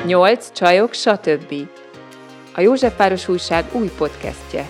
8 csajok, stb. A Józsefváros Újság új podcastje.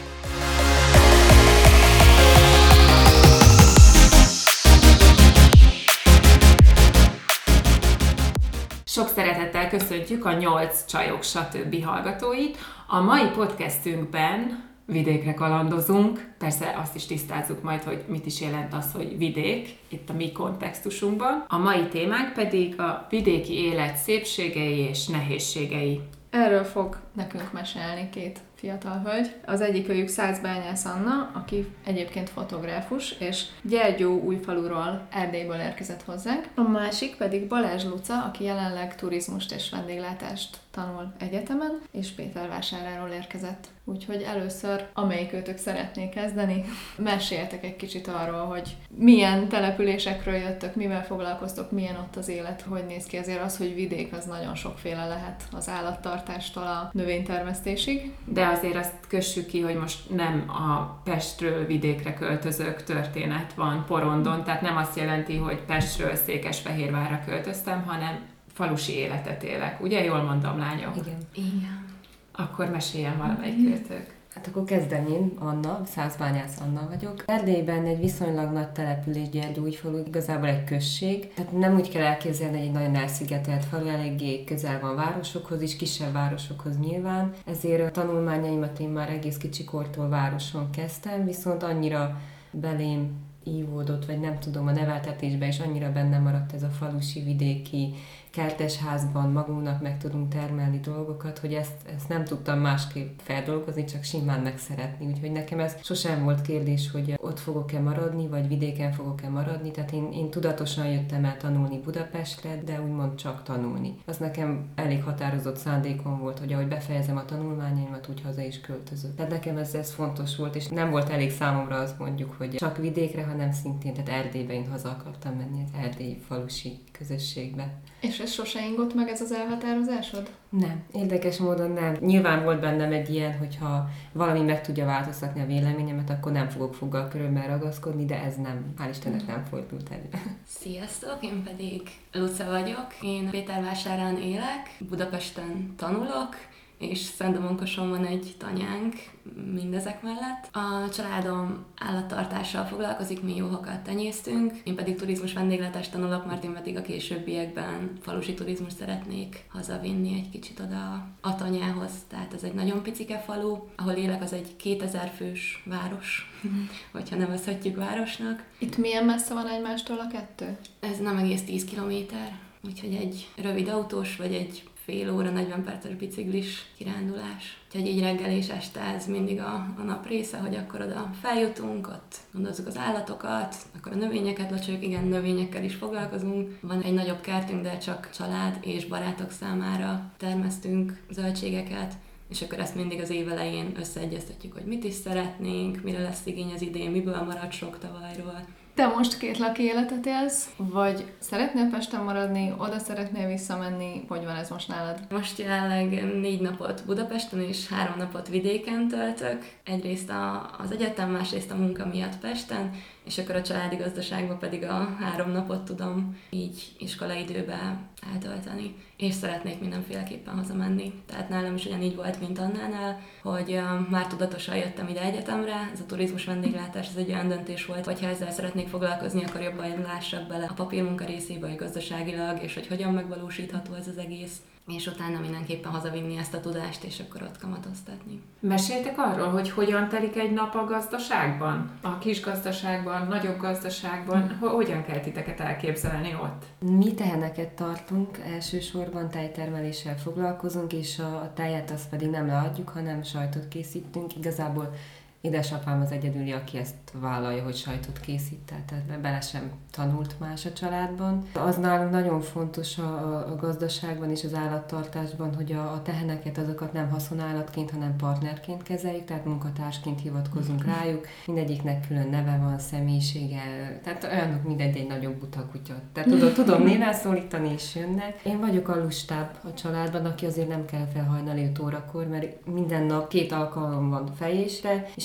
Sok szeretettel köszöntjük a 8 csajok, stb. Hallgatóit. A mai podcastünkben vidékre kalandozunk. Persze azt is tisztázzuk majd, hogy mit is jelent az, hogy vidék, itt a mi kontextusunkban. A mai témánk pedig a vidéki élet szépségei és nehézségei. Erről fog nekünk mesélni két fiatal hölgy. Az egyikőjük Szászbányász Anna, aki egyébként fotográfus, és Gyergyóújfaluról, Erdélyből érkezett hozzánk. A másik pedig Balázs Luca, aki jelenleg turizmust és vendéglátást tanul egyetemen, és Pétervásáráról érkezett. Úgyhogy először, amelyikőtök szeretné kezdeni, meséljetek egy kicsit arról, hogy milyen településekről jöttök, mivel foglalkoztok, milyen ott az élet, hogy néz ki. Azért az, hogy vidék, az nagyon sokféle lehet, az állattartástól a növénytermesztésig. De azért azt kössük ki, hogy most nem a Pestről vidékre költözők történet van porondon, tehát nem azt jelenti, hogy Pestről Székesfehérvárra költöztem, hanem falusi életet élek. Ugye? Jól mondom, lányok? Igen. Akkor meséljen valamelyikőtök. Hát akkor kezdem én, Anna, Szászbányász Anna vagyok. Erdélyben egy viszonylag nagy település, Gyergyóújfalu, igazából egy község. Tehát nem úgy kell elképzelni, hogy egy nagyon elszigetelt falu, eléggé közel van városokhoz is, kisebb városokhoz nyilván. Ezért a tanulmányaimat én már egész kicsikortól városon kezdtem, viszont annyira belém ívódott, vagy nem tudom, a neveltetésben is annyira benne maradt ez a falusi, vidéki, kertes házban magunknak meg tudunk termelni dolgokat, hogy ezt nem tudtam másképp feldolgozni, csak simán megszeretni. Úgyhogy nekem ez sosem volt kérdés, hogy ott fogok-e maradni, vagy vidéken fogok-e maradni. Tehát én tudatosan jöttem el tanulni Budapestre, de úgymond csak tanulni. Az nekem elég határozott szándékom volt, hogy ahogy befejezem a tanulmányaimat, úgy haza is költözök. Tehát nekem ez fontos volt, és nem volt elég számomra az mondjuk, hogy csak vidékre, hanem szintén, tehát Erdélybe én haza akartam menni, az erdélyi falusi közösségbe. És ez sose ingott meg ez az elhatározásod? Nem, érdekes módon nem. Nyilván volt bennem egy ilyen, hogyha valami meg tudja változtatni a véleményemet, akkor nem fogok fogalkörömmel ragaszkodni, de ez nem, hál' Istennek nem fordult elő. Sziasztok, én pedig Luca vagyok. Én Pétervásárán élek, Budapesten tanulok, és Szentdomonkoson van egy tanyánk mindezek mellett. A családom állattartással foglalkozik, mi juhokat tenyésztünk, én pedig turizmus vendéglátást tanulok, mert én pedig a későbbiekben falusi turizmust szeretnék hazavinni egy kicsit oda a tanyához. Tehát ez egy nagyon picike falu, ahol élek, az egy 2000 fős város, hogyha nevezhetjük városnak. Itt milyen messze van egymástól a kettő? Ez nem egész 10 kilométer, úgyhogy egy rövid autós vagy egy fél óra, 40 perces biciklis kirándulás. Úgyhogy így reggel és este ez mindig a nap része, hogy akkor oda feljutunk, ott gondozzuk az állatokat, akkor a növényeket locsoljuk, igen, növényekkel is foglalkozunk. Van egy nagyobb kertünk, de csak család és barátok számára termesztünk zöldségeket, és akkor ezt mindig az év elején összeegyeztetjük, hogy mit is szeretnénk, mire lesz igény az idén, miből maradt sok tavalyról. Te most két laki életet élsz, vagy szeretnél Pesten maradni, oda szeretnél visszamenni, hogy van ez most nálad? Most jelenleg 4 napot Budapesten és 3 napot vidéken töltök. Egyrészt az egyetem, másrészt a munka miatt Pesten, és akkor a családi gazdaságban pedig a 3 napot tudom így iskolaidőbe eltölteni. És szeretnék mindenféleképpen hazamenni. Tehát nálam is ugyanígy volt, mint Annánál, hogy már tudatosan jöttem ide egyetemre. Ez a turizmus vendéglátás, ez egy olyan döntés volt, hogy ha ezzel szeretnék foglalkozni, akkor jobban lássak bele a papírmunka részébe, hogy gazdaságilag, és hogy hogyan megvalósítható ez az egész. És utána mindenképpen hazavinni ezt a tudást, és akkor ott kamatoztatni. Meséltek arról, hogy hogyan telik egy nap a gazdaságban? A kis gazdaságban, nagyobb gazdaságban? Hogyan kell titeket elképzelni ott? Mi teheneket tartunk, elsősorban tejtermeléssel foglalkozunk, és a tejet azt pedig nem leadjuk, hanem sajtot készítünk. Igazából édesapám az egyedüli, aki ezt vállalja, hogy sajtot készít, tehát bele sem tanult más a családban. Az nálunk nagyon fontos a gazdaságban és az állattartásban, hogy a teheneket azokat nem haszonállatként, hanem partnerként kezeljük, tehát munkatársként hivatkozunk rájuk. Mindegyiknek külön neve van, személyisége, tehát olyanok mindegy egy nagyobb buta kutya. Tehát tudom néven szólítani és jönnek. Én vagyok a lustább a családban, aki azért nem kell felhajnali 5 órakor, mert minden nap 2 alkalom van fejésre, és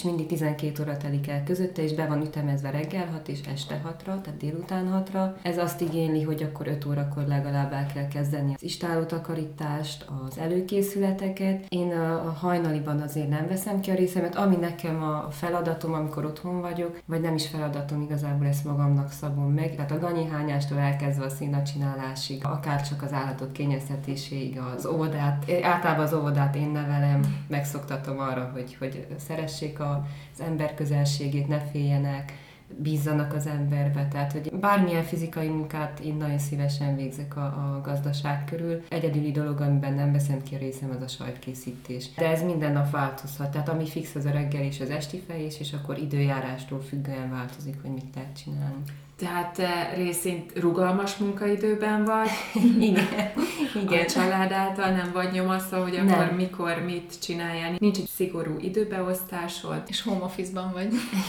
és mindig 12 óra telik el közötte, és be van ütemezve reggel 6 és este 6-ra, tehát délután 6-ra. Ez azt igényli, hogy akkor 5 órakor legalább el kell kezdeni az istálótakarítást, az előkészületeket. Én a hajnaliban azért nem veszem ki a részemet, ami nekem a feladatom, amikor otthon vagyok, vagy nem is feladatom, igazából ezt magamnak szabom meg. Tehát a ganyihányástól elkezdve a színacsinálásig, akár csak az állatok kényeztetéséig, az óvodát, általában az óvodát én nevelem, megszoktatom arra, hogy szeressék az ember közelségét, ne féljenek, bízzanak az emberbe, tehát hogy bármilyen fizikai munkát én nagyon szívesen végzek a gazdaság körül. Egyedüli dolog, amiben nem veszem ki a részem, az a sajtkészítés. De ez minden nap változhat, tehát ami fix az a reggel és az esti fejés, és akkor időjárástól függően változik, hogy mit lehet csinálni. Tehát te részint rugalmas munkaidőben vagy? Igen. A család által nem vagy nyomasztva, hogy akkor mikor mit csináljál? Nincs egy szigorú időbeosztásod? És home office-ban vagy?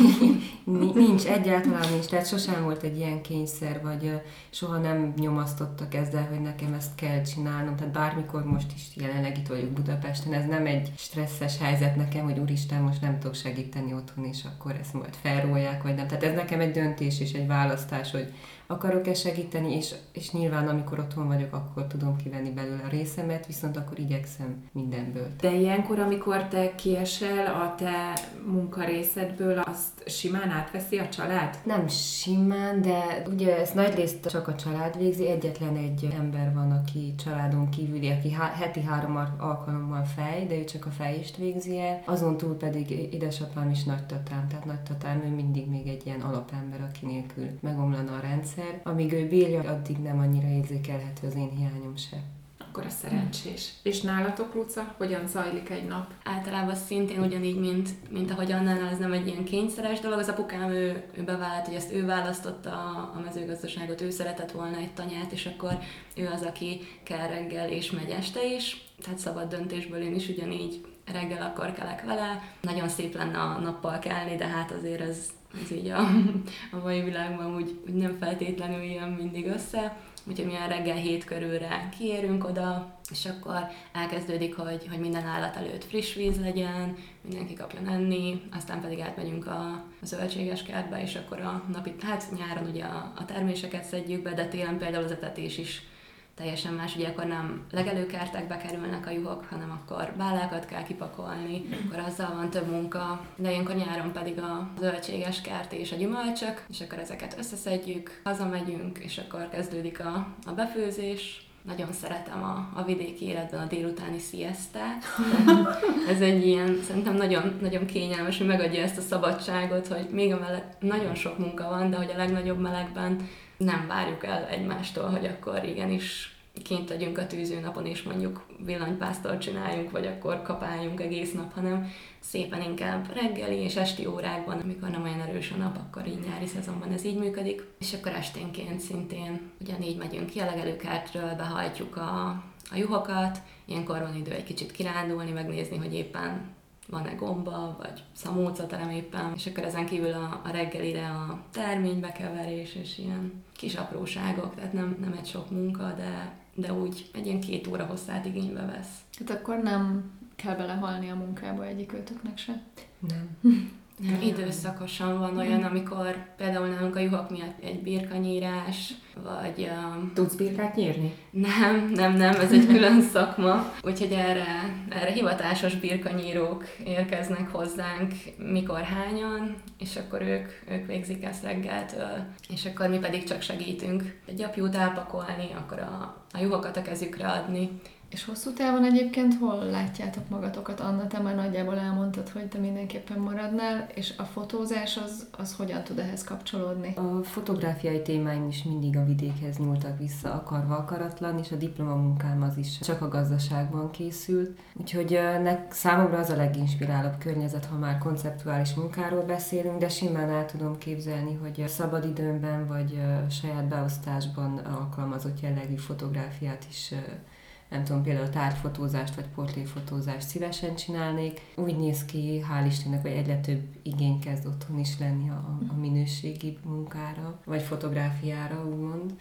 Nincs, egyáltalán nincs, tehát sosem volt egy ilyen kényszer, vagy soha nem nyomasztottak ezzel, hogy nekem ezt kell csinálnom, tehát bármikor most is jelenleg itt vagyok Budapesten, ez nem egy stresszes helyzet nekem, hogy úristen, most nem tudok segíteni otthon, és akkor ezt majd felrólják, vagy nem. Tehát ez nekem egy döntés és egy választás, hogy akarok-e segíteni, és nyilván amikor otthon vagyok, akkor tudom kivenni belőle a részemet, viszont akkor igyekszem mindenből. De ilyenkor, amikor te kiesel a te munkarészedből, azt simán átveszi a család? Nem simán, de ugye ezt nagyrészt csak a család végzi, egyetlen egy ember van, aki családon kívüli, aki heti 3 alkalommal fej, de ő csak a fejést végzi el, azon túl pedig édesapám is nagytatám, tehát nagytatám ő mindig még egy ilyen alapember, aki nélkül megomlana a rendszer. Amíg ő bírja, addig nem annyira érzékelhető az én hiányom se. Akkor a szerencsés. És nálatok, Luca, hogyan zajlik egy nap? Általában szintén ugyanígy, mint ahogy Annánál, ez nem egy ilyen kényszeres dolog. Az apukám, ő bevált, hogy ezt ő választotta a mezőgazdaságot, ő szeretett volna egy tanyát, és akkor ő az, aki kell reggel és megy este is. Tehát szabad döntésből én is ugyanígy reggel akkor kelek vele. Nagyon szép lenne a nappal kelni, de hát azért ez így a mai világban úgy nem feltétlenül jön mindig össze. Úgyhogy mi a reggel 7 körülre kiérünk oda, és akkor elkezdődik, hogy minden állat előtt friss víz legyen, mindenki kapjon enni, aztán pedig átmegyünk a zöldséges kertbe, és akkor a napi, hát nyáron ugye a terméseket szedjük be, de télen például az etetés is teljesen más, ugye akkor nem legelőkertekbe kerülnek a juhok, hanem akkor bálákat kell kipakolni, akkor azzal van több munka, de ilyenkor nyáron pedig a zöldséges kert és a gyümölcsök, és akkor ezeket összeszedjük, hazamegyünk, és akkor kezdődik a befőzés. Nagyon szeretem a vidéki életben a délutáni siestát. Ez egy ilyen, szerintem nagyon, nagyon kényelmes, hogy megadja ezt a szabadságot, hogy még amellett nagyon sok munka van, de hogy a legnagyobb melegben nem várjuk el egymástól, hogy akkor igenis kint legyünk a tűzőnapon, és mondjuk villanypásztort csináljunk, vagy akkor kapáljunk egész nap, hanem szépen inkább reggeli és esti órákban, amikor nem olyan erős a nap, akkor így nyári szezonban ez így működik. És akkor esténként szintén ugyanígy megyünk ki a legelőkertről, behajtjuk a juhokat, ilyenkor van idő egy kicsit kirándulni, megnézni, hogy éppen van-e gomba, vagy szamócaterem éppen, és akkor ezen kívül a reggelire a terménybekeverés, és ilyen kis apróságok, tehát nem egy sok munka, de úgy egy ilyen 2 óra hosszát igénybe vesz. Hát akkor nem kell belehalni a munkába egyikőtöknek se? Nem. Időszakosan van olyan, amikor például nálunk a juhok miatt egy birkanyírás, vagy... Tudsz birkát nyírni? Nem, ez egy külön szakma. Úgyhogy erre hivatásos birkanyírók érkeznek hozzánk, mikor hányan, és akkor ők végzik ezt reggeltől, és akkor mi pedig csak segítünk egy gyapjút elpakolni, akkor a juhokat a kezükre adni. És hosszú távon egyébként hol látjátok magatokat? Anna, te már nagyjából elmondtad, hogy te mindenképpen maradnál, és a fotózás az hogyan tud ehhez kapcsolódni? A fotográfiai témáim is mindig a vidékhez nyúltak vissza, akarva akaratlan, és a diplomamunkám az is csak a gazdaságban készült. Úgyhogy számomra az a leginspirálóbb környezet, ha már konceptuális munkáról beszélünk, de simán el tudom képzelni, hogy szabadidőmben vagy saját beosztásban alkalmazott jellegű fotográfiát is nem tudom, például tárgyfotózást vagy portréfotózást szívesen csinálnék. Úgy néz ki, hál' Istennek, hogy egyre több igény kezd otthon is lenni a minőségi munkára, vagy fotográfiára, úgymond.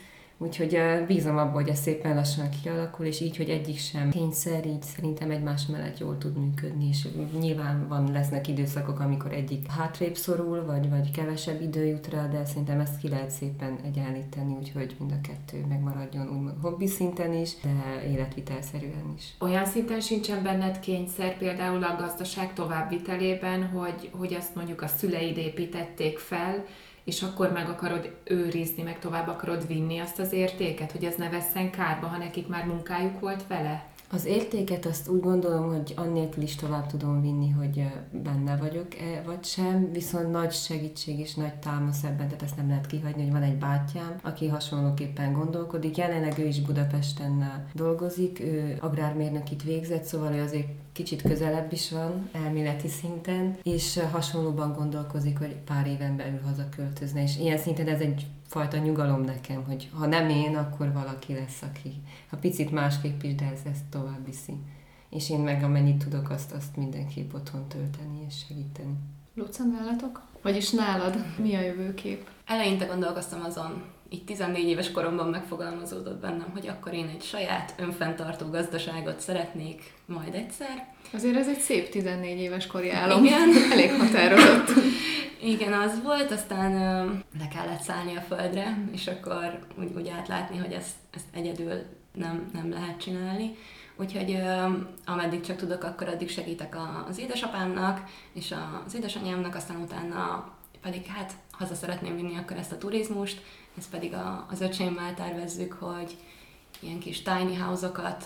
Úgyhogy bízom abban, hogy ez szépen lassan kialakul, és így, hogy egyik sem kényszer, így szerintem egymás mellett jól tud működni, és nyilván lesznek időszakok, amikor egyik hátrébb szorul, vagy kevesebb idő jut rá, de szerintem ezt ki lehet szépen egyenlíteni, úgyhogy mind a kettő megmaradjon úgymond hobbi szinten is, de életvitelszerűen is. Olyan szinten sincsen benned kényszer például a gazdaság továbbvitelében, hogy azt mondjuk a szüleid építették fel, és akkor meg akarod őrizni, meg tovább akarod vinni azt az értéket, hogy ez ne vesszen kárba, ha nekik már munkájuk volt vele? Az értéket azt úgy gondolom, hogy annélkül is tovább tudom vinni, hogy benne vagyok-e vagy sem, viszont nagy segítség és nagy támasz ebben, tehát ezt nem lehet kihagyni, hogy van egy bátyám, aki hasonlóképpen gondolkodik. Jelenleg ő is Budapesten dolgozik, ő agrármérnökit végzett, szóval ő azért kicsit közelebb is van elméleti szinten, és hasonlóban gondolkozik, hogy pár éven belül hazaköltözne, és ilyen szinten ez egy fajta nyugalom nekem, hogy ha nem én, akkor valaki lesz, aki ha picit másképp is, de ezt tovább viszi. És én meg amennyit tudok, azt mindenképp otthon tölteni és segíteni. Luca, nálatok? Vagyis nálad mi a jövőkép? Eleinte gondolkoztam azon, így 14 éves koromban megfogalmazódott bennem, hogy akkor én egy saját önfenntartó gazdaságot szeretnék majd egyszer. Azért ez egy szép 14 éves kori álom. Igen. Elég határozott. Igen, az volt, aztán le kellett szállni a földre, és akkor úgy átlátni, hogy ezt egyedül nem lehet csinálni. Úgyhogy ameddig csak tudok, akkor addig segítek az édesapámnak, és az édesanyámnak, aztán utána pedig hát haza szeretném vinni akkor ezt a turizmust, ezt pedig az öcsémmel tervezzük, hogy ilyen kis tiny house-okat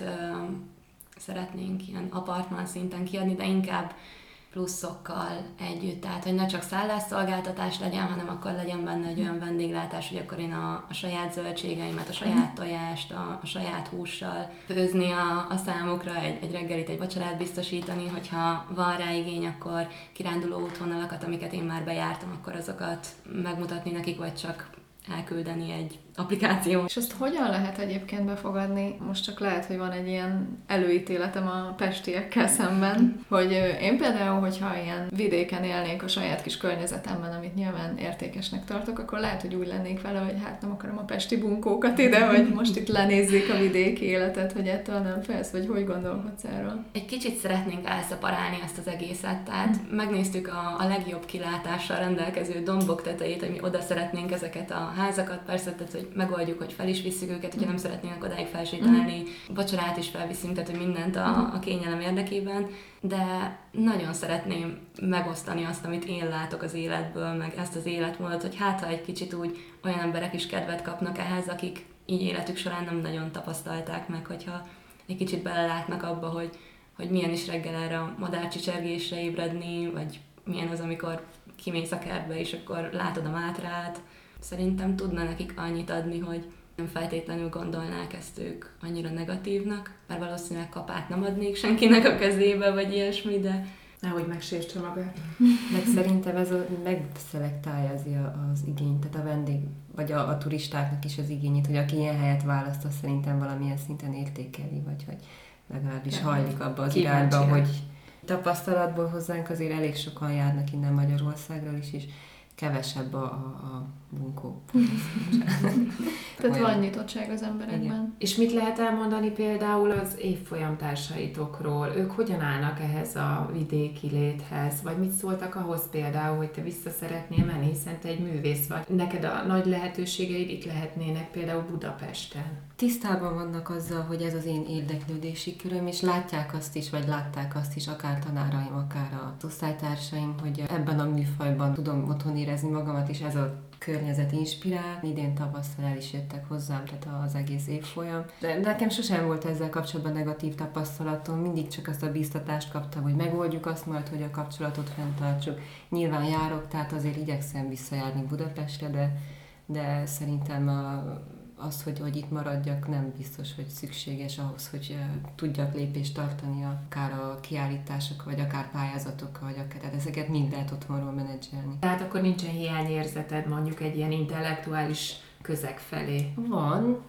szeretnénk ilyen apartman szinten kiadni, de inkább pluszokkal együtt, tehát hogy ne csak szállásszolgáltatás legyen, hanem akkor legyen benne egy olyan vendéglátás, hogy akkor én a saját zöldségeimet, a saját tojást, a saját hússal főzni a számukra, egy reggelit, egy vacsorát biztosítani, hogyha van rá igény, akkor kiránduló útvonalakat, amiket én már bejártam, akkor azokat megmutatni nekik, vagy csak elküldeni egy applikáció. És ezt hogyan lehet egyébként befogadni? Most csak lehet, hogy van egy ilyen előítéletem a pestiekkel szemben, hogy én például, hogyha ilyen vidéken élnék a saját kis környezetemben, amit nyilván értékesnek tartok, akkor lehet, hogy úgy lennék vele, hogy hát nem akarom a pesti bunkókat ide, hogy most itt lenézzék a vidéki életet, hogy ettől nem félsz, vagy hogy gondolkodsz erről? Egy kicsit szeretnénk elszaparálni ezt az egészet, tehát megnéztük a legjobb kilátással rendelkező dombok tetejét, hogy mi oda szeretnénk ezeket a házakat, persze, tehát, hogy megoldjuk, hogy fel is visszük őket, hogyha nem szeretnének odáig felsétálni, vacsorát is felviszünk, tehát hogy mindent a kényelem érdekében, de nagyon szeretném megosztani azt, amit én látok az életből, meg ezt az életmódot, hogy hát ha egy kicsit úgy olyan emberek is kedvet kapnak ehhez, akik így életük során nem nagyon tapasztalták meg, hogyha egy kicsit belelátnak abba, hogy milyen is reggel erre a madárcsicsergésre ébredni, vagy milyen az, amikor kimész a kertbe, és akkor látod a mátrát. Szerintem tudna nekik annyit adni, hogy nem feltétlenül gondolnák ezt ők annyira negatívnak, mert valószínűleg kapát nem adnék senkinek a kezébe, vagy ilyesmi, de... Nehogy megsértse magát. Meg szerintem ez megszelektálja az igényt, tehát a vendég, vagy a turistáknak is az igényét, hogy aki ilyen helyet választ, azt szerintem valamilyen szinten értékeli, vagy hogy legalábbis hajlik abba az irányba, hogy tapasztalatból hozzánk azért elég sokan járnak innen Magyarországról is, és kevesebb a bunkó. Tehát van nyitottság az emberekben. Igen. És mit lehet elmondani például az évfolyam társaitokról? Ők hogyan állnak ehhez a vidéki léthez? Vagy mit szóltak ahhoz például, hogy te vissza szeretnél menni, hiszen te egy művész vagy. Neked a nagy lehetőségeid itt lehetnének például Budapesten. Tisztában vannak azzal, hogy ez az én érdeklődési köröm, és látják azt is, vagy látták azt is, akár tanáraim, akár az osztálytársaim, hogy ebben a műfajban tudom otthon érezni magamat, és ez a környezet inspirál. Idén tavasszal el is jöttek hozzám, tehát az egész évfolyam. De nekem sosem volt ezzel kapcsolatban negatív tapasztalatom, mindig csak azt a bíztatást kaptam, hogy megoldjuk azt majd, hogy a kapcsolatot fenntartsuk. Nyilván járok, tehát azért igyekszem visszajárni Budapestre, de szerintem az, hogy itt maradjak, nem biztos, hogy szükséges ahhoz, hogy tudjak lépést tartani akár a kiállítások, vagy akár pályázatok, vagy akár, tehát ezeket mind lehet otthonról menedzselni. Tehát akkor nincsen hiányérzeted mondjuk egy ilyen intellektuális közeg felé? Van,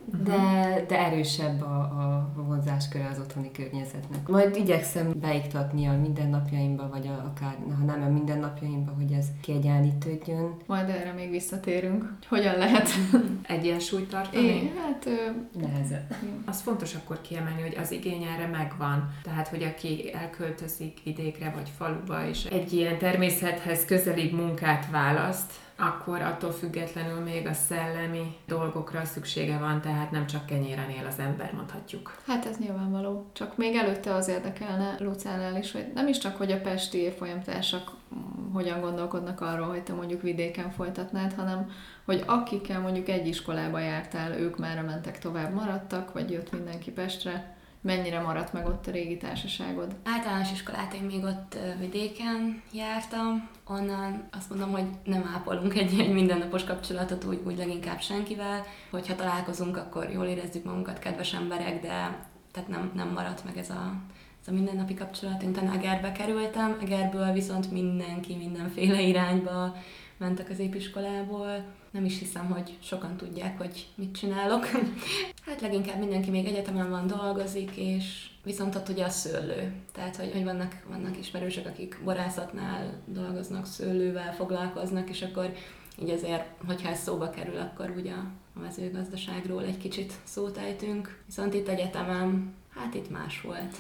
de erősebb a vonzásköre az otthoni környezetnek. Majd igyekszem beiktatni a mindennapjaimba, vagy akár, ha nem a mindennapjaimba, hogy ez kiegyenlítődjön. Majd erre még visszatérünk, hogy hogyan lehet Egyensúlyt tartani? Nehezebb. Az fontos akkor kiemelni, hogy az igény erre megvan. Tehát, hogy aki elköltözik vidékre vagy faluba, és egy ilyen természethez közelibb munkát választ, akkor attól függetlenül még a szellemi dolgokra szüksége van, tehát nem csak kenyéren él az ember, mondhatjuk. Hát ez nyilvánvaló. Csak még előtte az érdekelne Lucánál is, hogy nem is csak, hogy a pesti évfolyamtársak hogyan gondolkodnak arról, hogy te mondjuk vidéken folytatnád, hanem hogy akikkel mondjuk egy iskolába jártál, ők már mentek tovább, maradtak, vagy jött mindenki Pestre, mennyire maradt meg ott a régi társaságod? Általános iskolát én még ott vidéken jártam, onnan azt mondom, hogy nem ápolunk egy mindennapos kapcsolatot úgy leginkább senkivel, hogyha találkozunk, akkor jól érezzük magunkat, kedves emberek, de tehát nem maradt meg ez a mindennapi kapcsolat. Én utána Egerbe kerültem, Egerből viszont mindenki mindenféle irányba ment a középiskolából. Nem is hiszem, hogy sokan tudják, hogy mit csinálok. Hát leginkább mindenki még egyetemen van, dolgozik, és viszont ott ugye a szőlő. Tehát, hogy vannak ismerősök, akik borászatnál dolgoznak, szőlővel foglalkoznak, és akkor így azért, hogyha ez szóba kerül, akkor ugye a mezőgazdaságról egy kicsit szót ejtünk. Viszont itt egyetemen, hát itt más volt.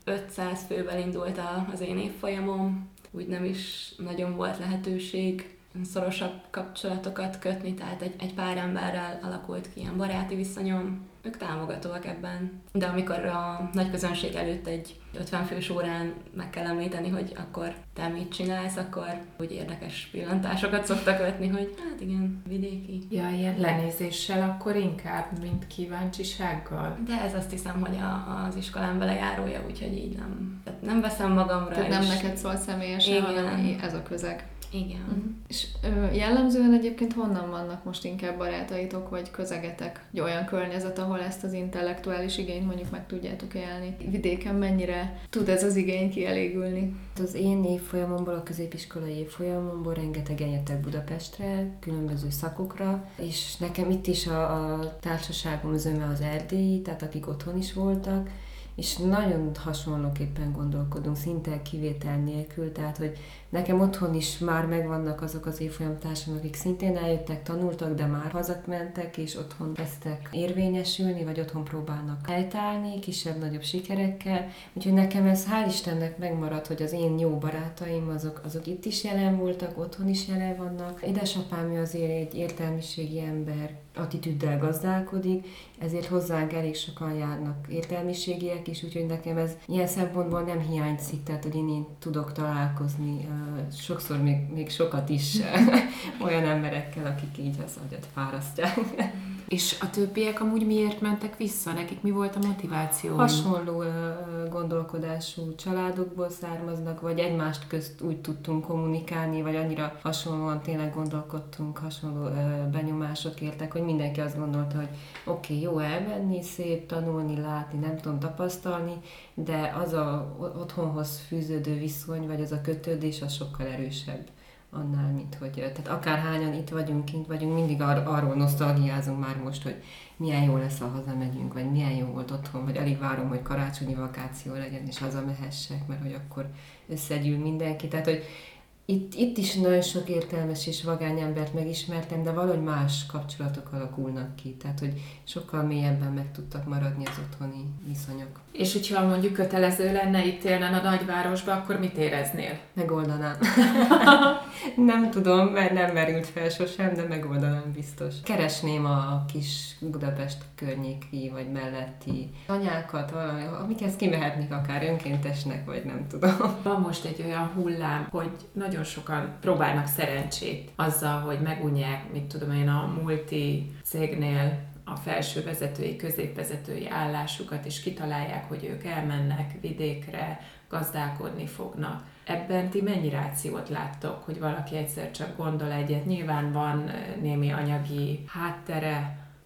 500 fővel indult az én évfolyamom, úgy nem is nagyon volt lehetőség szorosabb kapcsolatokat kötni, tehát egy pár emberrel alakult ki ilyen baráti viszonyom. Ők támogatóak ebben. De amikor a nagy közönség előtt egy 50 fős órán meg kell említeni, hogy akkor te mit csinálsz, akkor úgy érdekes pillantásokat szoktak vetni, hogy hát igen, vidéki. Ja, ilyen lenézéssel akkor inkább, mint kíváncsisággal. De ez azt hiszem, hogy az iskolám vele járója, úgyhogy így nem veszem magamra. Tehát nem neked szól személyesen, hanem ez a közeg. Igen. És jellemzően egyébként honnan vannak most inkább barátaitok, vagy közegetek? Egy olyan környezet, ahol ezt az intellektuális igényt mondjuk meg tudjátok élni. Vidéken mennyire tud ez az igény kielégülni? Az én évfolyamomból, a középiskolai évfolyamomból rengetegen jöttek Budapestre, különböző szakokra, és nekem itt is a társaságom zöme az erdélyi, tehát akik otthon is voltak, és nagyon hasonlóképpen gondolkodunk, szinte kivétel nélkül, tehát, hogy nekem otthon is már megvannak azok az évfolyamtársak, akik szintén eljöttek, tanultak, de már hazamentek, és otthon kezdtek érvényesülni, vagy otthon próbálnak helytállni, kisebb-nagyobb sikerekkel. Úgyhogy nekem ez hál' Istennek megmaradt, hogy az én jó barátaim, azok itt is jelen voltak, otthon is jelen vannak. Édesapám azért egy értelmiségi ember, attitűddel gazdálkodik, ezért hozzánk elég sokan járnak értelmiségiek is, úgyhogy nekem ez ilyen szempontból nem hiányzik, tehát hogy én tudok találkozni sokszor még sokat is olyan emberekkel, akik így az agyat fárasztják. És a többiek amúgy miért mentek vissza? Nekik mi volt a motiváció? Hasonló gondolkodású családokból származnak, vagy egymást közt úgy tudtunk kommunikálni, vagy annyira hasonlóan tényleg gondolkodtunk, hasonló benyomások értek, hogy mindenki azt gondolta, hogy oké, jó elmenni, szép tanulni, látni, nem tudom tapasztalni, de az a otthonhoz fűződő viszony, vagy az a kötődés, az sokkal erősebb annál, mint hogy, tehát akárhányan itt vagyunk, kint vagyunk, mindig arról nosztalgiázunk már most, hogy milyen jó lesz, ha hazamegyünk, vagy milyen jó volt otthon, vagy alig várom, hogy karácsonyi vakáció legyen, és hazamehessek, mert hogy akkor összegyűl mindenki. Tehát, hogy itt is nagyon sok értelmes és vagány embert megismertem, de valahogy más kapcsolatok alakulnak ki, tehát hogy sokkal mélyebben meg tudtak maradni az otthoni viszonyok. És hogyha mondjuk kötelező lenne itt élnen a nagyvárosba, akkor mit éreznél? Megoldanám. Nem tudom, mert nem merült fel sosem, de megoldanám biztos. Keresném a kis Budapest környéki vagy melletti anyákat, amikhez kimehetnék akár önkéntesnek, vagy nem tudom. Van most egy olyan hullám, hogy nagyon sokan próbálnak szerencsét azzal, hogy megunják, mit tudom én, a multi cégnél a felső vezetői, középvezetői állásukat, és kitalálják, hogy ők elmennek vidékre, gazdálkodni fognak. Ebben ti mennyi rációt láttok, hogy valaki egyszer csak gondol egyet? Nyilván van némi anyagi háttere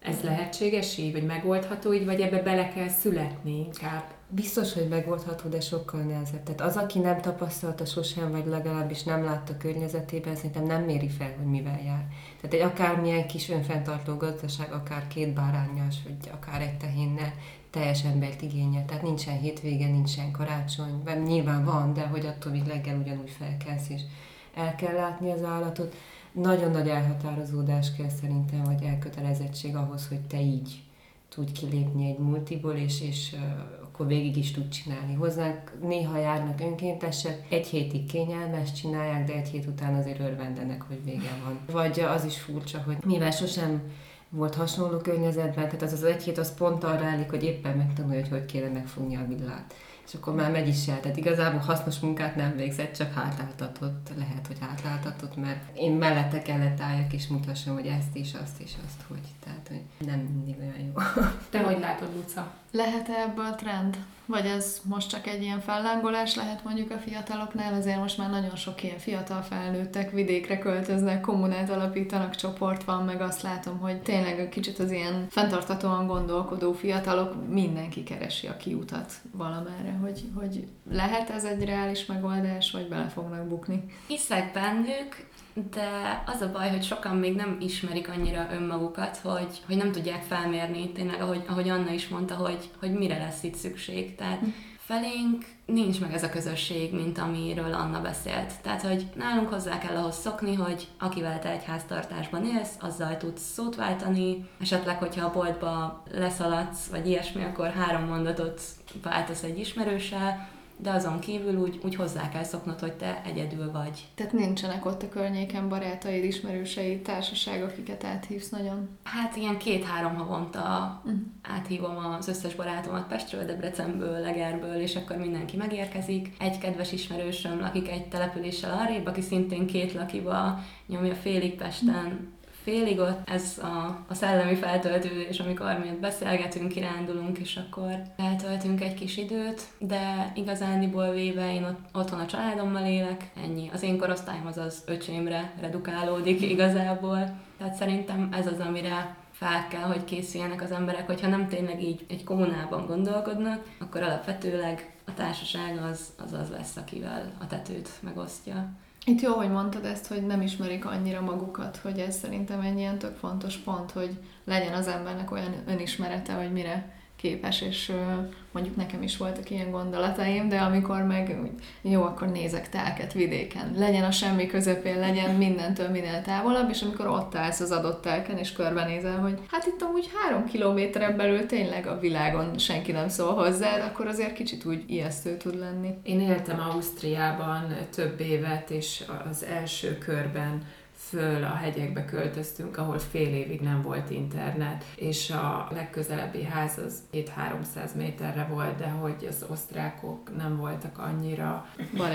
Ez lehetséges így, vagy megoldható így, vagy ebbe bele kell születni inkább? Biztos, hogy megoldható, de sokkal nehezebb. Tehát az, aki nem tapasztalta sosem, vagy legalábbis nem látta környezetében, szerintem nem méri fel, hogy mivel jár. Tehát egy akármilyen kis önfenntartó gazdaság, akár 2 bárányas, vagy akár egy tehénnel, teljes embert igényel. Tehát nincsen hétvége, nincsen karácsony, mert nyilván van, de hogy attól még reggel ugyanúgy felkelsz, és el kell látni az állatot. Nagyon nagy elhatározódás kell szerintem, vagy elkötelezettség ahhoz, hogy te így tudj kilépni egy multiból, és akkor végig is tud csinálni. Hozzánk néha járnak önkéntesek, 1 hétig kényelmes csinálják, de 1 hét után azért örvendenek, hogy vége van. Vagy az is furcsa, hogy mivel sosem volt hasonló környezetben, tehát az 1 hét az pont arra állik, hogy éppen megtanulja, hogy kéne megfogni a villát. És akkor már megy is el. Tehát igazából hasznos munkát nem végzett, csak hátráltatott. Lehet, hogy hátráltatott, mert én mellette kellett álljak és mutassam, hogy ezt és azt, hogy. Tehát, hogy nem mindig olyan jó. Te hogy látod, Luca? Lehet ebből trend? Vagy ez most csak egy ilyen fellángolás lehet mondjuk a fiataloknál? Azért most már nagyon sok ilyen fiatal felnőttek vidékre költöznek, kommunát alapítanak, csoport van, meg azt látom, hogy tényleg kicsit az ilyen fenntarthatóan gondolkodó fiatalok, mindenki keresi a kiutat valamerre, hogy lehet ez egy reális megoldás, vagy bele fognak bukni? Hiszek bennük, de az a baj, hogy sokan még nem ismerik annyira önmagukat, hogy nem tudják felmérni, tényleg, ahogy Anna is mondta, hogy mire lesz itt szükség. Tehát felénk nincs meg ez a közösség, mint amiről Anna beszélt. Tehát, hogy nálunk hozzá kell ahhoz szokni, hogy akivel te egy háztartásban élsz, azzal tudsz szót váltani, esetleg, hogyha a boltba leszaladsz, vagy ilyesmi, akkor 3 mondatot váltasz egy ismerőssel, de azon kívül úgy hozzá kell szoknod, hogy te egyedül vagy. Tehát nincsenek ott a környéken barátaid, ismerőseid, társaság, akiket áthívsz nagyon? Hát ilyen 2-3 havonta áthívom az összes barátomat Pestről, Debrecenből, Legerből, és akkor mindenki megérkezik. Egy kedves ismerősöm lakik egy településsel arrébb, aki szintén 2 lakiba nyomja félig Pesten, félig ott. Ez a szellemi feltöltődés, amikor mi ott beszélgetünk, kirándulunk, és akkor eltöltünk egy kis időt, de igazániból véve én otthon a családommal élek, ennyi. Az én korosztályom az öcsémre redukálódik igazából. Tehát szerintem ez az, amire fel kell, hogy készüljenek az emberek, hogyha nem tényleg így egy kommunában gondolkodnak, akkor alapvetőleg a társaság az lesz, akivel a tetőt megosztja. Itt jó, hogy mondtad ezt, hogy nem ismerik annyira magukat, hogy ez szerintem egy ilyen tök fontos pont, hogy legyen az embernek olyan önismerete, hogy mire képes, és mondjuk nekem is voltak ilyen gondolataim, de amikor meg jó, akkor nézek telket vidéken, legyen a semmi közepén, legyen mindentől minél távolabb, és amikor ott állsz az adott telken, és körbenézel, hogy hát itt amúgy 3 kilométeren belül tényleg a világon senki nem szól hozzád, akkor azért kicsit úgy ijesztő tud lenni. Én éltem Ausztriában több évet, és az első körben föl a hegyekbe költöztünk, ahol fél évig nem volt internet, és a legközelebbi ház az 200-300 méterre volt, de hogy az osztrákok nem voltak annyira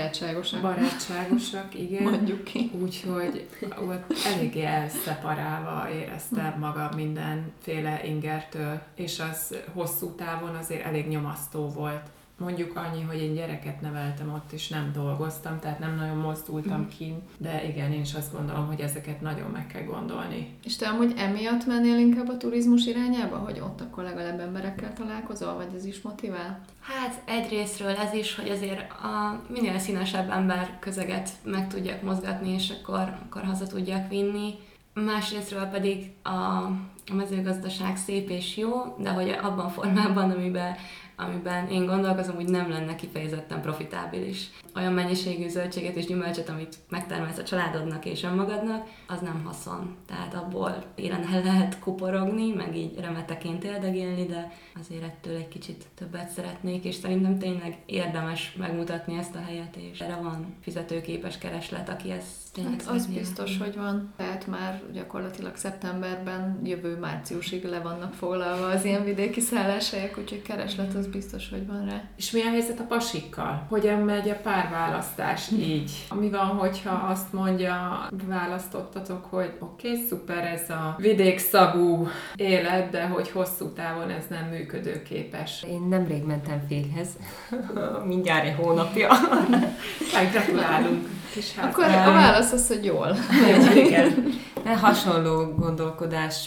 barátságosak, igen. Mondjuk ki. Úgyhogy ott eléggé elszeparálva éreztem magam mindenféle ingertől, és az hosszú távon azért elég nyomasztó volt. Mondjuk annyi, hogy én gyereket neveltem ott, és nem dolgoztam, tehát nem nagyon mozdultam ki, de igen, én is azt gondolom, hogy ezeket nagyon meg kell gondolni. És te amúgy emiatt mennél inkább a turizmus irányába, hogy ott akkor legalább emberekkel találkozol, vagy ez is motivál? Hát egyrészről ez is, hogy azért a minél színesebb emberközeget meg tudjak mozgatni, és akkor haza tudjak vinni. Másrésztről pedig a mezőgazdaság szép és jó, de hogy abban a formában, amiben én gondolkozom, hogy nem lenne kifejezetten profitábilis. Olyan mennyiségű zöldséget és gyümölcsöt, amit megtermelsz a családodnak és önmagadnak, az nem haszon. Tehát abból élen el lehet kuporogni, meg így remeteként éldegélni, de azért ettől egy kicsit többet szeretnék, és szerintem tényleg érdemes megmutatni ezt a helyet, és erre van fizetőképes kereslet, aki ezt tényleg hát az biztos, hogy van. Tehát már gyakorlatilag szeptemberben, jövő márciusig le vannak foglalva az ilyen vidéki szálláshelyek, úgyhogy kereslet az biztos, hogy van rá. És mi a helyzet a pasikkal? Hogyan megy a párválasztás így? Mi van, hogyha azt mondja, választottatok, hogy oké, szuper ez a vidékszagú élet, de hogy hosszú távon ez nem működőképes. Én nemrég mentem férjhez, mindjárt egy hónapja. Gratulálunk! Akkor a válasz az, hogy jól. Igen. Hasonló gondolkodású egy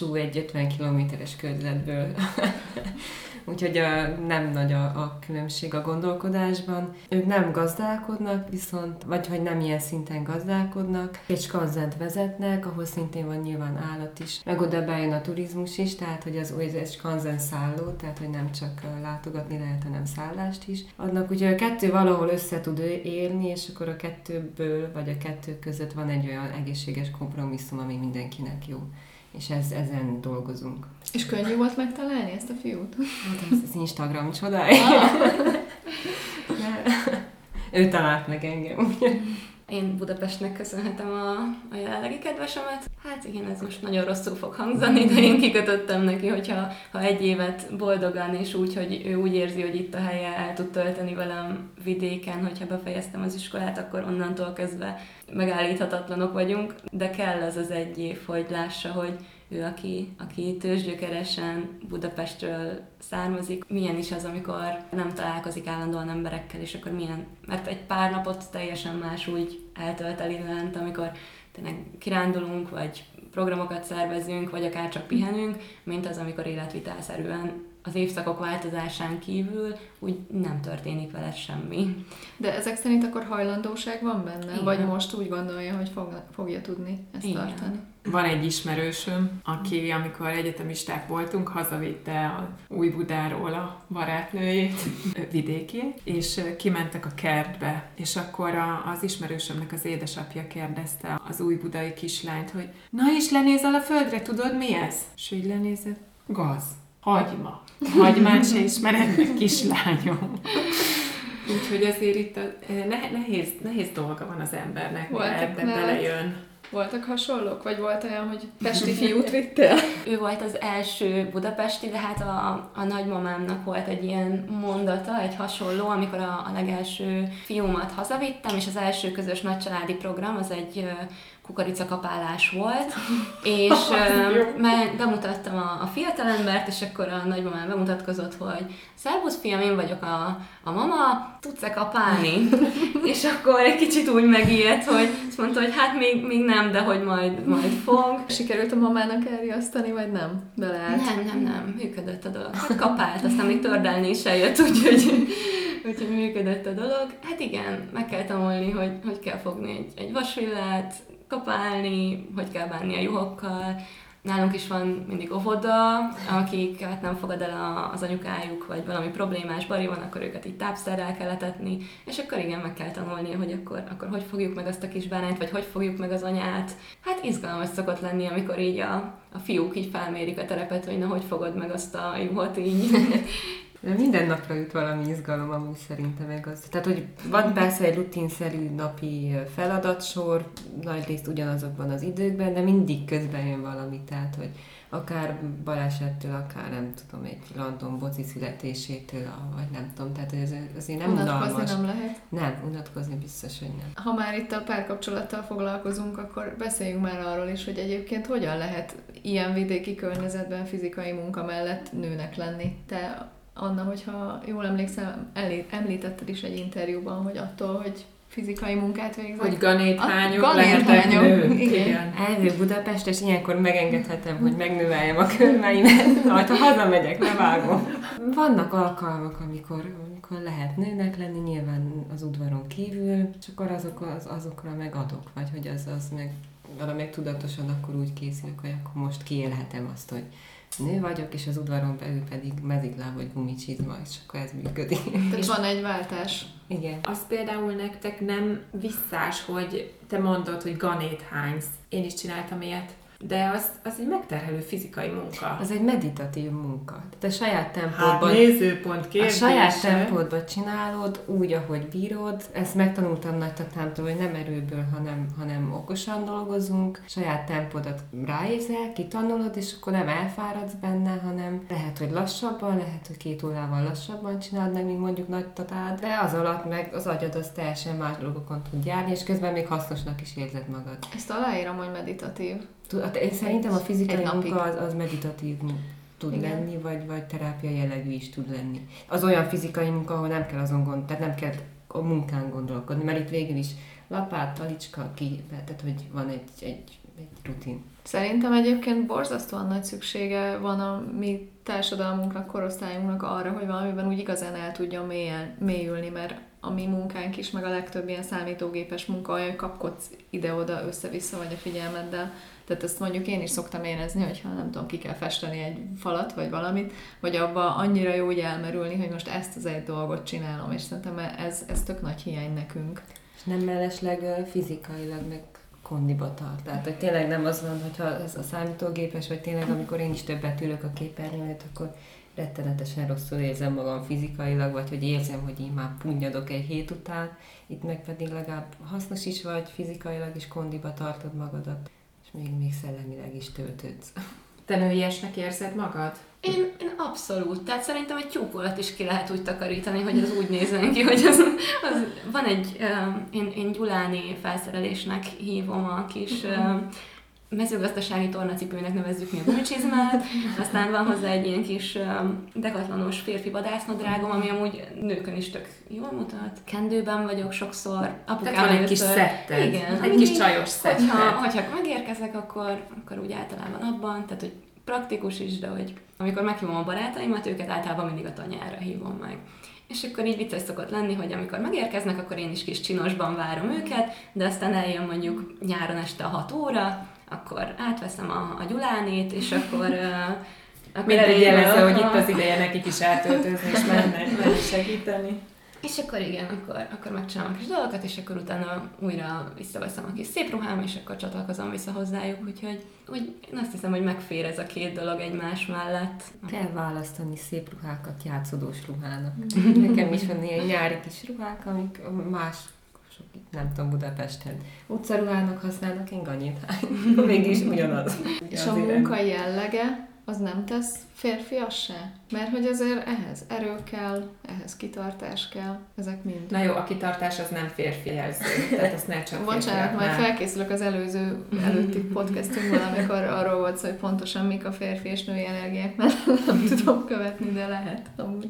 50 kilométeres körzetből. Úgyhogy nem nagy a különbség a gondolkodásban. Ők nem gazdálkodnak, viszont, vagy hogy nem ilyen szinten gazdálkodnak. Egy skanzent vezetnek, ahol szintén van nyilván állat is. Meg oda bejön a turizmus is, tehát hogy az egy skanzen szálló, tehát hogy nem csak látogatni lehet, hanem szállást is adnak. Úgyhogy a kettő valahol össze tud élni, és akkor a kettőből, vagy a kettő között van egy olyan egészséges kompromisszum, ami mindenkinek jó. És ezen dolgozunk. És könnyű volt megtalálni ezt a fiút? Hát ez az Instagram csodája. Ő talált meg engem. Én Budapestnek köszönhetem a jelenlegi kedvesemet. Hát igen, ez most nagyon rosszul fog hangzani, de én kikötöttem neki, hogyha egy évet boldogan, és úgy, hogy ő úgy érzi, hogy itt a helye, el tud tölteni velem vidéken, hogyha befejeztem az iskolát, akkor onnantól kezdve megállíthatatlanok vagyunk, de kell ez az egy év, hogy lássa, hogy ő, aki tőzsgyökeresen Budapestről származik, milyen is az, amikor nem találkozik állandóan emberekkel, és akkor milyen, mert egy pár napot teljesen más úgy eltölteni lent, amikor tényleg kirándulunk, vagy programokat szervezünk, vagy akár csak pihenünk, mint az, amikor életvitelszerűen az évszakok változásán kívül úgy nem történik vele semmi. De ezek szerint akkor hajlandóság van benne? Igen. Vagy most úgy gondolja, hogy fogja tudni ezt Igen. tartani? Van egy ismerősöm, aki, amikor egyetemisták voltunk, hazavitte a Újbudáról a barátnőjét, vidéki, és kimentek a kertbe, és akkor az ismerősömnek az édesapja kérdezte az újbudai kislányt, hogy na és lenézel a földre, tudod mi ez? És így lenézett, gaz, hagyma. Hagymát se ismered meg, kislányom. Úgyhogy azért itt nehéz dolga van az embernek, hogy ebbe belejön. Voltak hasonlók? Vagy volt olyan, hogy pesti fiút vittél? Ő volt az első budapesti, de hát a nagymamámnak volt egy ilyen mondata, egy hasonló, amikor a legelső fiúmat hazavittem, és az első közös nagycsaládi program az egy kukoricakapálás volt, és bemutattam a fiatalembert, és akkor a nagymamám bemutatkozott, hogy szervusz fiam, én vagyok a mama, tudsz-e kapálni? És akkor egy kicsit úgy megijedt, hogy azt mondta, hogy hát még nem, de hogy majd fog. Sikerült a mamának elriasztani, vagy nem? Beleállt? Nem, működött a dolog. Hát kapált, aztán még tördelni is eljött, úgyhogy működött a dolog. Hát igen, meg kell tanulni, hogy kell fogni egy vasvillát, kapálni, hogy kell bánni a juhokkal. Nálunk is van mindig óvoda, akik hát nem fogad el az anyukájuk, vagy valami problémás bari van, akkor őket így tápszerrel kell etetni, és akkor igen, meg kell tanulni, hogy akkor hogy fogjuk meg azt a kis bárányt, vagy hogy fogjuk meg az anyát. Hát izgalmas szokott lenni, amikor így a fiúk így felmérik a terepet, hogy na, hogy fogod meg azt a juhot így. De minden napra jut valami izgalom, amúgy szerintem meg az. Tehát, hogy van persze egy rutinszerű napi feladatsor, nagyrészt ugyanazokban az időkben, de mindig közben jön valami. Tehát, hogy akár balesettől, akár nem tudom, egy random boci születésétől, vagy nem tudom, tehát ez azért nem unalmas. Unatkozni nem lehet? Nem, unatkozni biztos, hogy nem. Ha már itt a párkapcsolattal foglalkozunk, akkor beszéljünk már arról is, hogy egyébként hogyan lehet ilyen vidéki környezetben fizikai munka mellett nőnek lenni. Te, Anna, hogyha jól emlékszem, említetted is egy interjúban, hogy attól, hogy fizikai munkát végzek. Hogy ganéthányok lehetek nők. Igen. Elvő Budapest, és ilyenkor megengedhetem, hogy megnöveljem a körmeimet, majd ha hazamegyek, levágom. Vannak alkalmak, amikor lehet nőnek lenni, nyilván az udvaron kívül, és akkor azokra meg adok, vagy hogy az meg, arra meg tudatosan akkor úgy készülök, hogy akkor most kiélhetem azt, hogy nő vagyok, és az udvaron belül pedig mezitláb vagy gumicsizma, és akkor ez működik. Tehát van egy váltás. Igen. Az például nektek nem visszás, hogy te mondod, hogy ganét hánysz. Én is csináltam ilyet. De az egy megterhelő fizikai munka. Az egy meditatív munka. Te saját tempódban... Hát nézőpont kérdése. A saját tempódban csinálod, úgy, ahogy bírod. Ezt megtanultam nagytatámtól, hogy nem erőből, hanem okosan dolgozunk. Saját tempódat ráérzel, kitanulod, és akkor nem elfáradsz benne, hanem lehet, hogy lassabban, lehet, hogy 2 órával lassabban csinálod meg, mint mondjuk nagytatád, de az alatt meg az agyad az teljesen más dolgokon tud járni, és közben még hasznosnak is érzed magad. Ezt aláírom, hogy meditatív. Én szerintem a fizikai Egy munka az meditatív tud Igen. lenni, vagy terápia jellegű is tud lenni. Az olyan fizikai munka, ahol nem kell azon tehát nem kell a munkán gondolkodni, mert itt végül is lapát, talicska, tehát hogy van egy egy rutin. Szerintem egyébként borzasztóan nagy szüksége van a mi társadalmunknak, korosztályunknak arra, hogy valamiben úgy igazán el tudjon mélyülni, mert a mi munkánk is, meg a legtöbb ilyen számítógépes munka olyan, hogy kapkodsz ide-oda, össze-vissza vagy a figyelmeddel. Tehát ezt mondjuk én is szoktam érezni, hogyha nem tudom, ki kell festeni egy falat, vagy valamit, vagy abba annyira jó úgy elmerülni, hogy most ezt az egy dolgot csinálom, és szerintem ez tök nagy hiány nekünk. És nem mellesleg fizikailag meg kondiba tart. Tehát, hogy tényleg nem az van, hogyha ez a számítógépes, vagy tényleg amikor én is többet ülök a képernyőn előtt, akkor rettenetesen rosszul érzem magam fizikailag, vagy hogy érzem, hogy én már punnyadok egy hét után, itt meg pedig legalább hasznos is vagy, fizikailag is kondiba tartod magadat, és még szellemileg is töltődsz. Te nőiesnek érzed magad? Én abszolút. Tehát szerintem egy tyúkolat is ki lehet úgy takarítani, hogy az úgy nézzen ki, hogy az van egy, én Gyuláni felszerelésnek hívom a kis mezőgazdasági tornacipőnek nevezzük mi a gumicsizmát, aztán van hozzá egy ilyen kis dekatlanos férfi vadásznadrágom, ami amúgy nőkön is tök jól mutat. Kendőben vagyok sokszor, apukám van egy kis szetted, igen, egy kis csajos szetted. Hogyha megérkezek, akkor úgy általában abban, tehát hogy praktikus is, de hogy amikor meghívom a barátaimat, őket általában mindig a tanyára hívom meg. És akkor így vicces szokott lenni, hogy amikor megérkeznek, akkor én is kis csinosban várom őket, de aztán eljön mondjuk nyáron este a 6 óra, akkor átveszem a Gyulánét, és akkor mindegy jelezze, hogy itt az ideje nekik is átöltözni, és mennek segíteni. És akkor igen, akkor megcsinálom a kis dolgokat, és akkor utána újra visszaveszem a kis szép ruhám, és akkor csatlakozom vissza hozzájuk, úgyhogy én azt hiszem, hogy megfér ez a két dolog egymás mellett. Kell választani szép ruhákat játszódós ruhának. Nekem is van ilyen nyári kis ruhák, amik más, nem tudom, Budapesten utcaruhának használnak, én ganyit. Mégis ugyanaz. És a munka jellege az nem tesz férfias se? Mert hogy azért ehhez erő kell, ehhez kitartás kell, ezek mind. Na jó, a kitartás az nem férfi jelző, tehát azt ne csak bocsánat, majd felkészülök az előtti podcastünkben, amikor arról volt szó, hogy pontosan mik a férfi és női energiák, mert nem tudom követni, de lehet amúgy.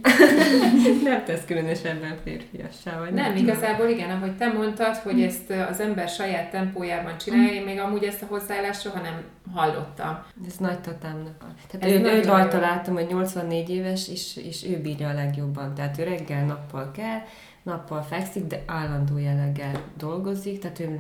Nem tesz különösebben férfiassá, vagy nem, igazából igen, ahogy te mondtad, hogy ezt az ember saját tempójában csinálja, én még amúgy ezt a hozzáállást soha nem hallottam. Ez nagy tatámnak. Tehát ő rajta láttam, hogy 84 éves, és ő bírja a legjobban. Tehát ő reggel nappal kell, nappal fekszik, de állandó jelleggel dolgozik, tehát ő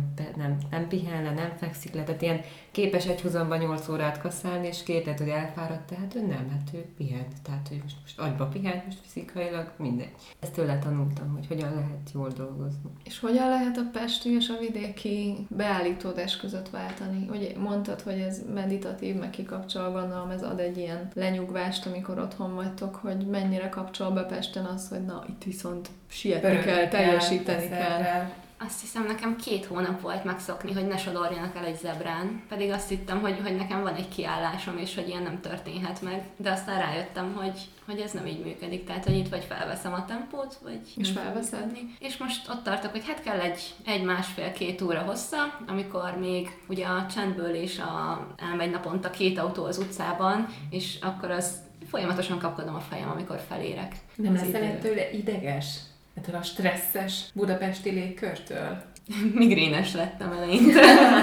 nem pihen le, nem fekszik le, tehát ilyen képes egyhuzamban 8 órát kasszálni, és kérdezett, hogy elfáradt, tehát ő nem, hát ő pihent, tehát ő most agyba pihent, most fizikailag mindegy. Ezt tőle tanultam, hogy hogyan lehet jól dolgozni. És hogyan lehet a pesti és a vidéki beállítódás között váltani? Ugye mondtad, hogy ez meditatív, meg kikapcsol, gondolom ez ad egy ilyen lenyugvást, amikor otthon vagytok, hogy mennyire kapcsol be Pesten az, hogy na, itt viszont sietni kell, teljesíteni kell. Azt hiszem, nekem 2 hónap volt megszokni, hogy ne sodorjanak el egy zebrán, pedig azt hittem, hogy nekem van egy kiállásom, és hogy ilyen nem történhet meg, de aztán rájöttem, hogy ez nem így működik, tehát hogy itt vagy felveszem a tempót, vagy... És felveszed? És most ott tartok, hogy hát kell egy másfél-két óra hossza, amikor még ugye a csendből is elmegy naponta 2 autó az utcában, és akkor az folyamatosan kapkodom a fejem, amikor felérek. Nem leszel tőle ideges? Ettől a stresszes budapesti légkörtől? Migrénes lettem eleinte.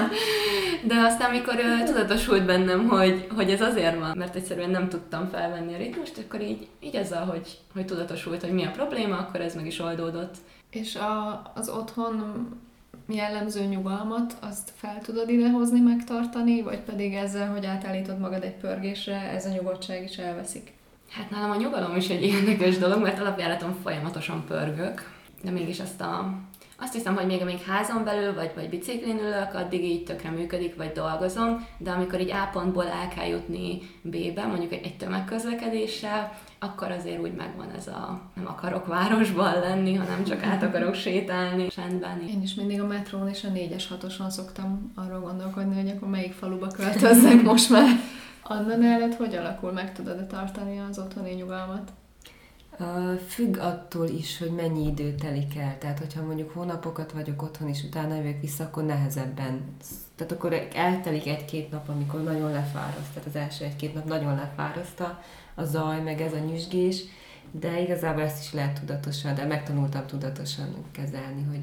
De aztán, amikor tudatosult bennem, hogy ez azért van, mert egyszerűen nem tudtam felvenni a ritmust, akkor így azzal, hogy tudatosult, hogy mi a probléma, akkor ez meg is oldódott. És az otthon jellemző nyugalmat, azt fel tudod idehozni, megtartani, vagy pedig ezzel, hogy átállítod magad egy pörgésre, ez a nyugodtság is elveszik? Hát nálam a nyugalom is egy érdekes dolog, mert alapjáraton folyamatosan pörgök, de mégis azt hiszem, hogy még házon belül, vagy biciklin ülök, addig így tökre működik, vagy dolgozom, de amikor így A pontból el kell jutni B-be, mondjuk egy tömegközlekedéssel, akkor azért úgy megvan ez nem akarok városban lenni, hanem csak át akarok sétálni csendben. Én is mindig a metrón és a 4-es 6-oson szoktam arról gondolkodni, hogy akkor melyik faluba költözzek most már. Anna, nálad hogy alakul? Meg tudod-e tartani az otthoni nyugalmat? Függ attól is, hogy mennyi idő telik el. Tehát, hogyha mondjuk hónapokat vagyok otthon, és utána jövök vissza, akkor nehezebben. Tehát akkor eltelik 1-2 nap, amikor nagyon lefáraszt. Tehát az első 1-2 nap nagyon lefáraszt a zaj, meg ez a nyüzsgés. De igazából ezt is lehet tudatosan, de megtanultam tudatosan kezelni,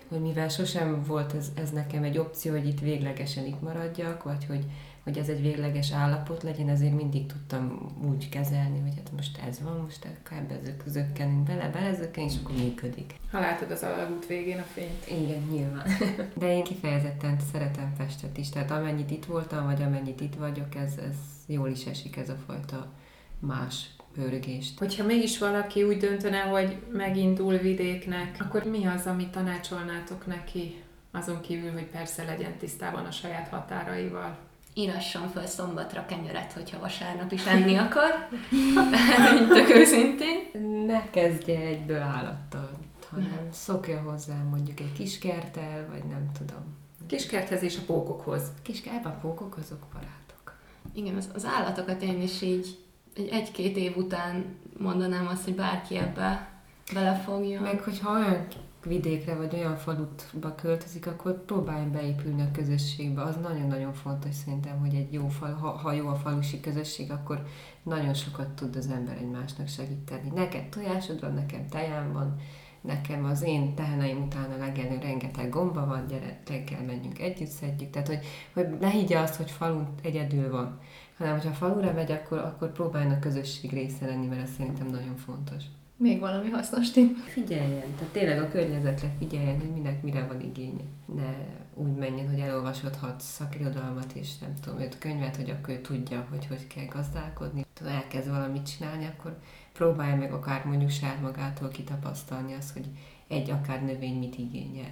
hogy mivel sosem volt ez nekem egy opció, hogy itt véglegesen itt maradjak, vagy hogy ez egy végleges állapot legyen, ezért mindig tudtam úgy kezelni, hogy hát most ez van, most ebbe zökkenünk belezökkenünk, és akkor működik. Ha látod az alagút végén a fényt. Igen, nyilván. De én kifejezetten szeretem Pestet is, tehát amennyit itt voltam, vagy amennyit itt vagyok, ez jól is esik ez a fajta más pörgést. Hogyha mégis valaki úgy döntene, hogy megindul vidéknek, akkor mi az, amit tanácsolnátok neki, azon kívül, hogy persze legyen tisztában a saját határaival? Írasson föl szombatra kenyeret, hogyha vasárnap is enni akar. Tehát így tök őszintén. Ne kezdje egyből állattal, hanem szokja hozzá mondjuk egy kiskerttel, vagy nem tudom. Kiskerthez és a pókokhoz. Kiskertben a pókok azok barátok. Igen, az állatokat én is így egy-két év után mondanám azt, hogy bárki ebbe belefogjon. Meg hogyha olyan vidékre vagy olyan falutba költözik, akkor próbáljon beépülni a közösségbe. Az nagyon-nagyon fontos szerintem, hogy egy jó fal, ha jó a falusi közösség, akkor nagyon sokat tud az ember egymásnak segíteni. Neked tojásod van, nekem tejám van, nekem az én teheneim után a legelő rengeteg gomba van, gyere, reggel menjünk együtt, szedjük. Tehát, hogy ne higgye azt, hogy falun egyedül van, hanem hogyha falura megy, akkor próbáljon a közösség része lenni, mert ez szerintem nagyon fontos. Még valami hasznos tipp? Figyeljen, tehát tényleg a környezetre figyeljen, hogy minek mire van igénye. Ne úgy menjen, hogy elolvasodhat szakirodalmat és nem tudom, 5 könyvet, hogy akkor ő tudja, hogy kell gazdálkodni. Ha elkezd valamit csinálni, akkor próbálja meg akár mondjuk saját magától kitapasztalni azt, hogy egy akár növény mit igényel.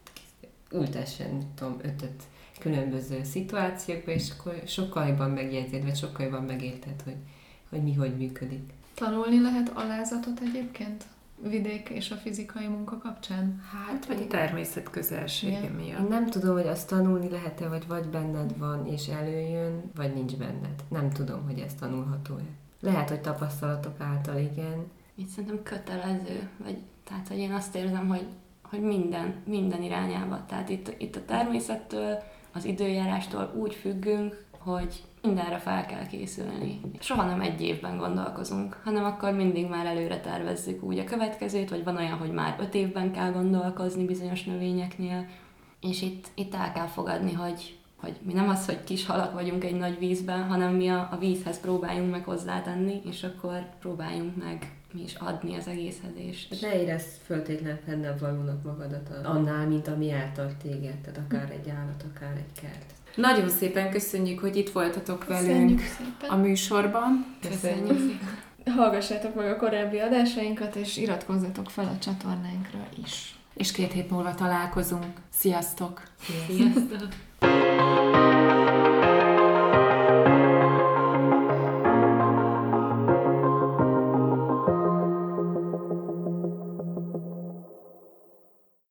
Ültessen, nem tudom, 5 különböző szituációkba, és akkor sokkal jobban megjegyzed, vagy sokkal jobban megérted, hogy mi hogy működik. Tanulni lehet alázatot egyébként? Vidék és a fizikai munka kapcsán? Hát, vagy a természet közelsége miatt. Én nem tudom, hogy azt tanulni lehet-e, vagy benned van, és előjön, vagy nincs benned. Nem tudom, hogy ez tanulható-e. Lehet, hogy tapasztalatok által, igen. Itt szerintem kötelező, tehát hogy én azt érzem, hogy minden irányába. Tehát itt a természettől, az időjárástól úgy függünk, hogy mindenre fel kell készülni. Soha nem egy évben gondolkozunk, hanem akkor mindig már előre tervezzük úgy a következőt, vagy van olyan, hogy már 5 évben kell gondolkozni bizonyos növényeknél, és itt el kell fogadni, hogy mi nem az, hogy kis halak vagyunk egy nagy vízben, hanem mi a vízhez próbáljunk meg hozzátenni, és akkor próbáljunk meg mi is adni az egészhez. Ne érezd föltétlenül fennebb valónak magadat annál, mint ami eltart téged, tehát akár egy állat, akár egy kert. Nagyon szépen köszönjük, hogy itt voltatok velünk a műsorban. Köszönjük. Hallgassátok meg a korábbi adásainkat, és iratkozzatok fel a csatornáinkra is. És 2 hét múlva találkozunk. Sziasztok! Sziasztok!